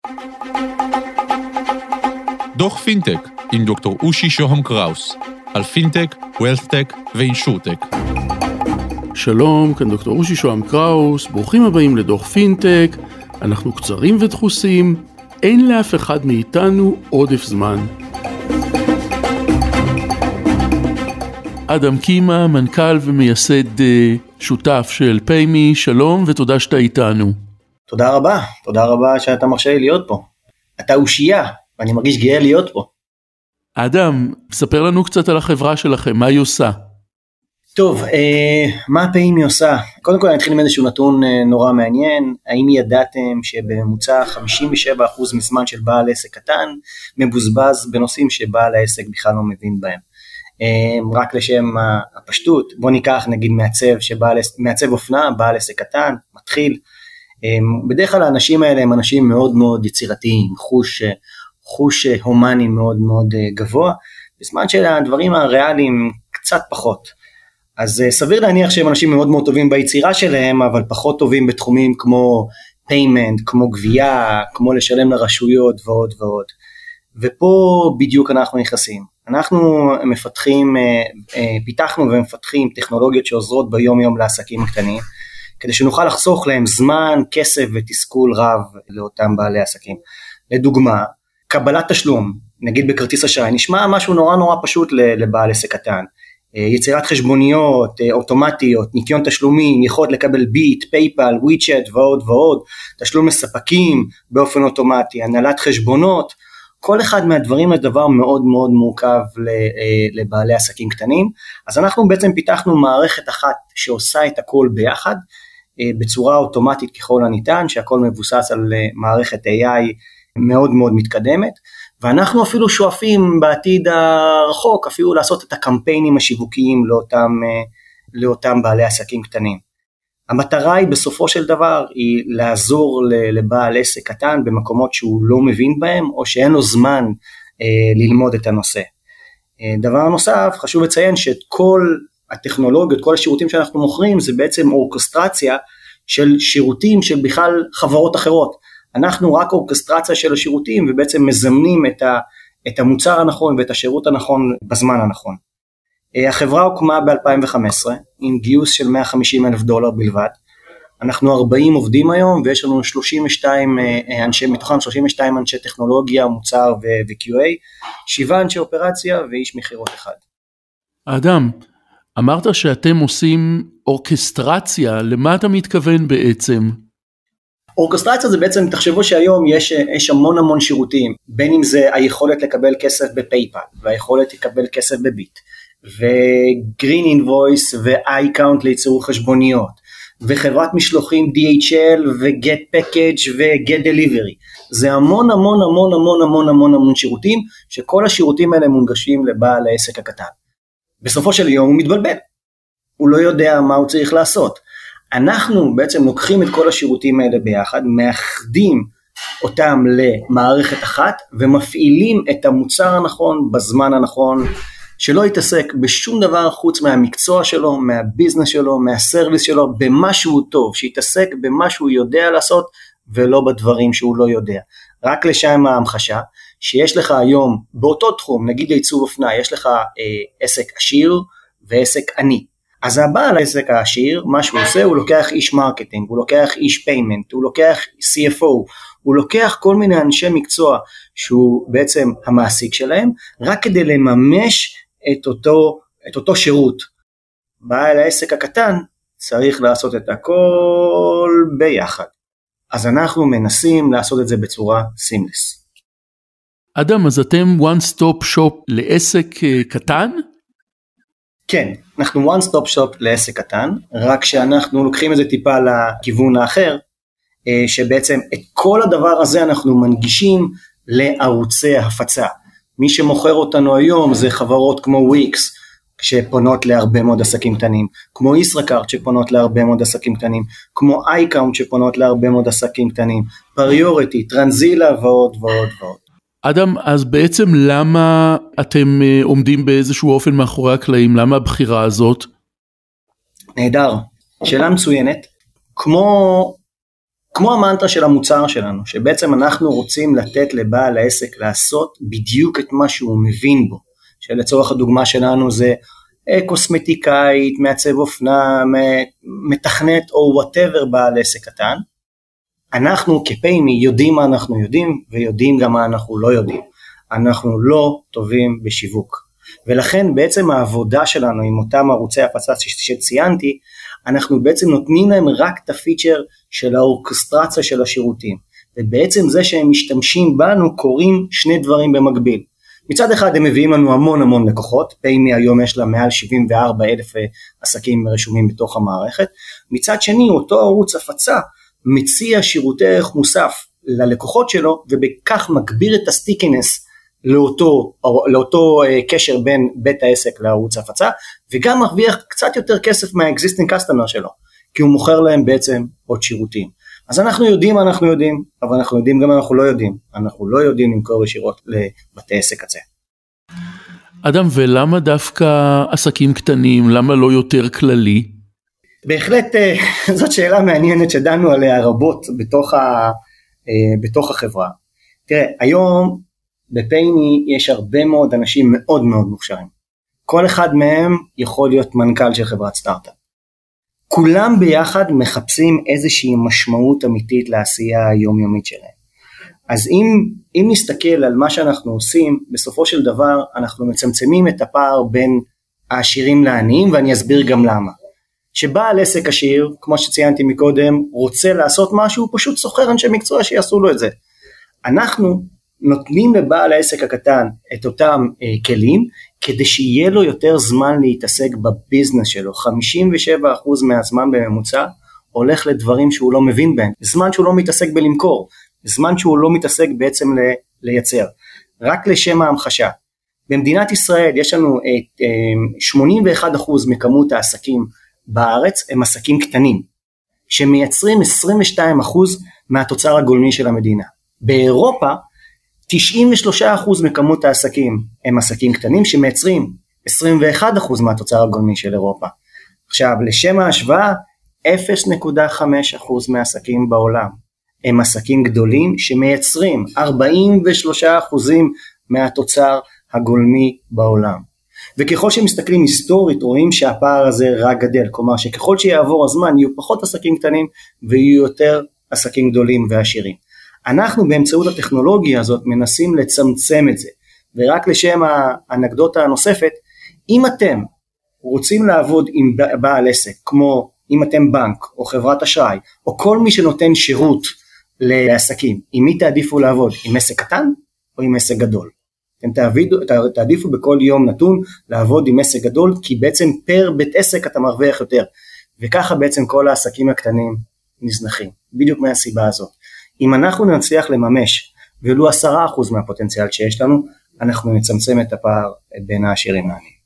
דוח פינטק עם דוקטור אושי שוהם קראוס, על פינטק, ווילת'טק ואינשורטק. שלום, כאן דוקטור אושי שוהם קראוס, ברוכים הבאים לדוח פינטק. אנחנו קצרים ודחוסים, אין לאף אחד מאיתנו עודף זמן. אדם קימה, מנכ"ל ומייסד שותף של פיימי, שלום ותודה שאתה איתנו. תודה רבה שאתה מרשה לי להיות פה. אתה אושייה, ואני מרגיש גאה להיות פה. אדם, ספר לנו קצת על החברה שלכם, מה היא עושה? טוב, מה פיימי עושה? קודם כל אני אתחיל עם איזשהו נתון נורא מעניין. האם ידעתם שבממוצע 57% מזמן של בעל עסק קטן מבוזבז בנושאים שבעל העסק בכלל לא מבין בהם? רק לשם הפשטות, בוא ניקח נגיד מעצב אופנה, בעל עסק קטן, מתחיל. בדרך כלל האנשים האלה הם אנשים מאוד מאוד יצירתיים, חוש הומני מאוד מאוד גבוה, בזמן שהדברים הריאליים קצת פחות. אז סביר להניח שהם אנשים מאוד מאוד טובים ביצירה שלהם, אבל פחות טובים בתחומים כמו payment, כמו גבייה, כמו לשלם לרשויות ועוד ועוד. ופה בדיוק אנחנו נכנסים. אנחנו פיתחנו ומפתחים טכנולוגיות שעוזרות ביום יום לעסקים הקטנים, כדי שנוכל לחסוך להם זמן, כסף ותסכול רב לאותם בעלי עסקים. לדוגמה, קבלת תשלום, נגיד בכרטיס אשראי, נשמע משהו נורא נורא פשוט לבעל עסק קטן. יצירת חשבוניות אוטומטיות, ניקיון תשלומים, יכולת לקבל ביט, פייפל, וויצ'ט ועוד ועוד, תשלום מספקים באופן אוטומטי, הנהלת חשבונות, כל אחד מהדברים זה דבר מאוד מאוד מורכב לבעלי עסקים קטנים. אז אנחנו בעצם פיתחנו מערכת אחת שעושה את הכל ביחד, בצורה אוטומטית ככל הניתן, שהכל מבוסס על מערכת AI מאוד מאוד מתקדמת, ואנחנו אפילו שואפים בעתיד הרחוק, אפילו לעשות את הקמפיינים השיווקיים לאותם בעלי עסקים קטנים. המטרה היא בסופו של דבר, היא לעזור לבעל עסק קטן במקומות שהוא לא מבין בהם, או שאין לו זמן ללמוד את הנושא. דבר נוסף, חשוב לציין שאת כל הטכנולוגיות, כל השירותים שאנחנו מוכרים, זה בעצם אורקסטרציה של שירותים של בכלל חברות אחרות. אנחנו רק אורקסטרציה של השירותים, ובעצם מזמנים את המוצר הנכון ואת השירות הנכון בזמן הנכון. החברה הוקמה ב-2015 עם גיוס של $150,000 בלבד. אנחנו 40 עובדים היום, ויש לנו 32 אנשי, מתוכם 32 אנשי טכנולוגיה, מוצר ו-QA, 7 אנשי אופרציה ואיש מחירות אחד. אדם, אמרת שאתם עושים אורקסטרציה, למה אתה מתכוון בעצם? אורקסטרציה זה בעצם, תחשבו שהיום יש המון שירותים, בין אם זה היכולת לקבל כסף בפייפל, והיכולת לקבל כסף בביט, וגרין אינבויס ו-iCount לייצור חשבוניות, וחברת משלוחים DHL ו-Get Package ו-Get Delivery. זה המון שירותים, שכל השירותים האלה מונגשים לבעל העסק הקטן. בסופו של יום הוא מתבלבל, הוא לא יודע מה הוא צריך לעשות. אנחנו בעצם לוקחים את כל השירותים האלה ביחד, מאחדים אותם למערכת אחת, ומפעילים את המוצר הנכון בזמן הנכון, שלא יתעסק בשום דבר חוץ מהמקצוע שלו, מהביזנס שלו, מהסרוויס שלו, במה שהוא טוב, שיתעסק במה שהוא יודע לעשות, ולא בדברים שהוא לא יודע. רק לשם ההמחשה, שיש לך היום באותו תחום, נגיד לעיצוב אופנה, יש לך עסק עשיר ועסק עני. אז הבעל העסק העשיר, מה שהוא עושה, הוא לוקח איש מרקטינג, הוא לוקח איש פיימנט, הוא לוקח CFO, הוא לוקח כל מיני אנשי מקצוע, שהוא בעצם המעסיק שלהם, רק כדי לממש את אותו שירות. בעל העסק הקטן צריך לעשות את הכל ביחד. אז אנחנו מנסים לעשות את זה בצורה סימלס. אדם, אז אתם one stop shop לעסק קטן? כן, אנחנו one stop shop לעסק קטן, רק שאנחנו לוקחים את זה טיפה לכיוון האחר, שבעצם את כל הדבר הזה אנחנו מנגישים לערוצי הפצה. מי שמוכר אותנו היום זה חברות כמו וויקס, שפונות להרבה מאוד עסקים קטנים, כמו ישראכרט שפונות להרבה מאוד עסקים קטנים, כמו iCount שפונות להרבה מאוד עסקים קטנים, פריוריטי, טרנזילה ועוד ועוד ועוד. אדם, אז בעצם למה אתם עומדים באיזשהו אופן מאחורי הקלעים? למה הבחירה הזאת? נהדר, שאלה מצוינת. כמו כמו המנטרה של המוצר שלנו, שבעצם אנחנו רוצים לתת לבעל העסק לעשות בדיוק את מה שהוא מבין בו, שלצורך הדוגמה שלנו זה קוסמטיקאית, מעצב אופנה, מתכנת או whatever בעל עסק קטן. אנחנו כפיימי יודעים מה אנחנו יודעים, ויודעים גם מה אנחנו לא יודעים. אנחנו לא טובים בשיווק. ולכן בעצם העבודה שלנו עם אותם ערוצי הפצה שציינתי, אנחנו בעצם נותנים להם רק את הפיצ'ר של האורקסטרציה של השירותים. ובעצם זה שהם משתמשים בנו קוראים שני דברים במקביל. מצד אחד הם מביאים לנו המון לקוחות, פיימי היום יש לה מעל 74,000 עסקים רשומים בתוך המערכת. מצד שני אותו ערוץ הפצה מציע שירותי ערך מוסף ללקוחות שלו, ובכך מגביר את הסטיקינס לאותו קשר בין בית העסק לערוץ הפצה, וגם מרוויח קצת יותר כסף מהאקזיסטינג קסטומר שלו, כי הוא מוכר להם בעצם עוד שירותים. אז אנחנו יודעים, אבל אנחנו יודעים גם אנחנו לא יודעים. אנחנו לא יודעים למכור ישירות לבתי עסק קצה. אדם, ולמה דווקא עסקים קטנים? למה לא יותר כללי? בהחלט זאת שאלה מעניינת שדנו עליה רבות בתוך החברה. תראה, היום בפיימי יש הרבה מאוד אנשים מאוד מוכשרים. כל אחד מהם יכול להיות מנכ"ל של חברת סטארט-אפ. כולם ביחד מחפשים איזושהי משמעות אמיתית לעשייה היומיומית שלהם. אז אם נסתכל על מה שאנחנו עושים, בסופו של דבר אנחנו מצמצמים את הפער בין העשירים לעניים, ואני אסביר גם למה. שבעל עסק עשיר, כמו שציינתי מקודם, רוצה לעשות משהו, הוא פשוט סוחר אנשי מקצוע שיעשו לו את זה. אנחנו נותנים לבעל העסק הקטן את אותם כלים, כדי שיהיה לו יותר זמן להתעסק בביזנס שלו. 57% מהזמן בממוצע הולך לדברים שהוא לא מבין בהם, זמן שהוא לא מתעסק בלמכור, זמן שהוא לא מתעסק בעצם לייצר. רק לשם ההמחשה, במדינת ישראל יש לנו 81% מכמות העסקים בארץ הם עסקים קטנים, שמייצרים 22% מהתוצר הגולמי של המדינה. באירופה 93% מכמות העסקים הם עסקים קטנים שמייצרים 21% מהתוצר הגולמי של אירופה. עכשיו לשם ההשוואה 0.5% מהעסקים בעולם הם עסקים גדולים שמייצרים 43% מהתוצר הגולמי בעולם. וככל שמסתכלים היסטורית רואים שהפער הזה רק גדל, כלומר שככל שיעבור הזמן יהיו פחות עסקים קטנים ויהיו יותר עסקים גדולים ועשירים. אנחנו באמצעות הטכנולוגיה הזאת מנסים לצמצם את זה, ורק לשם האנקדוטה הנוספת, אם אתם רוצים לעבוד עם בעל עסק, כמו אם אתם בנק או חברת אשראי, או כל מי שנותן שירות לעסקים, עם מי תעדיפו לעבוד? עם עסק קטן או עם עסק גדול? אתם תעדיפו בכל יום נתון לעבוד עם עסק גדול, כי בעצם פר בית עסק אתה מרוויח יותר, וככה בעצם כל העסקים הקטנים נזנחים, בדיוק מהסיבה הזאת. אם אנחנו נצליח לממש ולו 10% מהפוטנציאל שיש לנו, אנחנו נצמצם את הפער בין העשירים לעניים.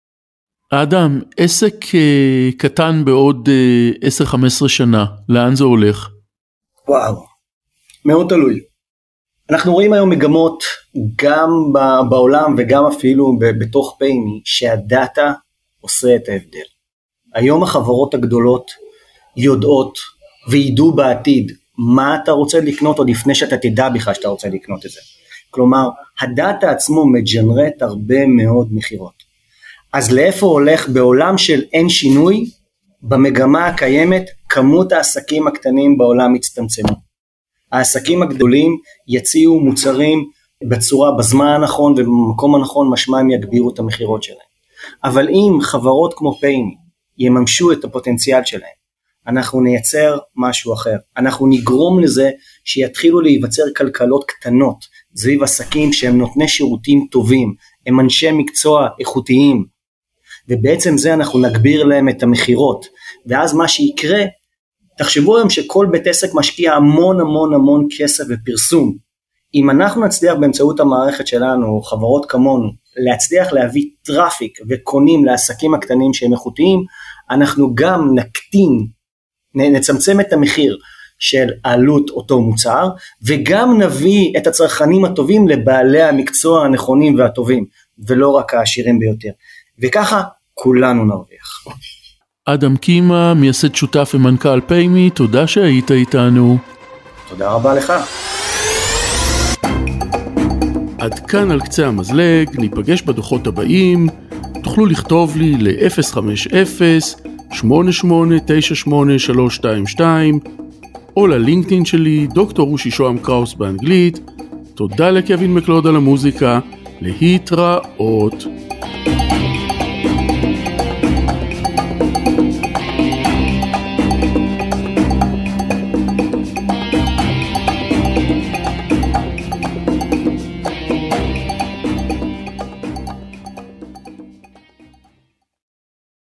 אדם, עסק קטן בעוד 10-15 שנה, לאן זה הולך? וואו, מאוד תלוי. אנחנו רואים היום מגמות גם בעולם וגם אפילו בתוך פיימי, שהדאטה עושה את ההבדל. היום החברות הגדולות יודעות וידעו בעתיד מה אתה רוצה לקנות עוד לפני שאתה תדע בכלל שאתה רוצה לקנות את זה. כלומר, הדאטה עצמו מג'נרט הרבה מאוד מחירות. אז לאיפה הולך בעולם של אין שינוי? במגמה הקיימת, כמות העסקים הקטנים בעולם מצטמצמו. העסקים הגדולים יציעו מוצרים בזמן הנכון ובמקום הנכון, משמע הם יגבירו את המחירות שלהם. אבל אם חברות כמו פיימי יממשו את הפוטנציאל שלהם, אנחנו נייצר משהו אחר. אנחנו נגרום לזה שיתחילו להיווצר כלכלות קטנות, סביב עסקים שהם נותני שירותים טובים, הם אנשי מקצוע איכותיים, ובעצם זה אנחנו נגביר להם את המחירות, ואז מה שיקרה, תחשבו היום שכל בית עסק משקיע המון כסף בפרסום. אם אנחנו נצליח באמצעות המערכת שלנו, חברות כמונו, להצליח להביא טראפיק וקונים לעסקים הקטנים שהם איכותיים, אנחנו גם נצמצם את המחיר של עלות אותו מוצר, וגם נביא את הצרכנים הטובים לבעלי המקצוע הנכונים והטובים, ולא רק העשירים ביותר. וככה כולנו נרוויח. אדם קימה, מייסד שותף ומנכ"ל פיימי, תודה שהיית איתנו. תודה רבה לך. עד כאן על קצה המזלג, ניפגש בדוחות הבאים, תוכלו לכתוב לי ל-050-8898-322 או ללינקדאין שלי, דוקטור אושי שוהם קראוס באנגלית. תודה לקווין מקלוד על המוזיקה, להתראות.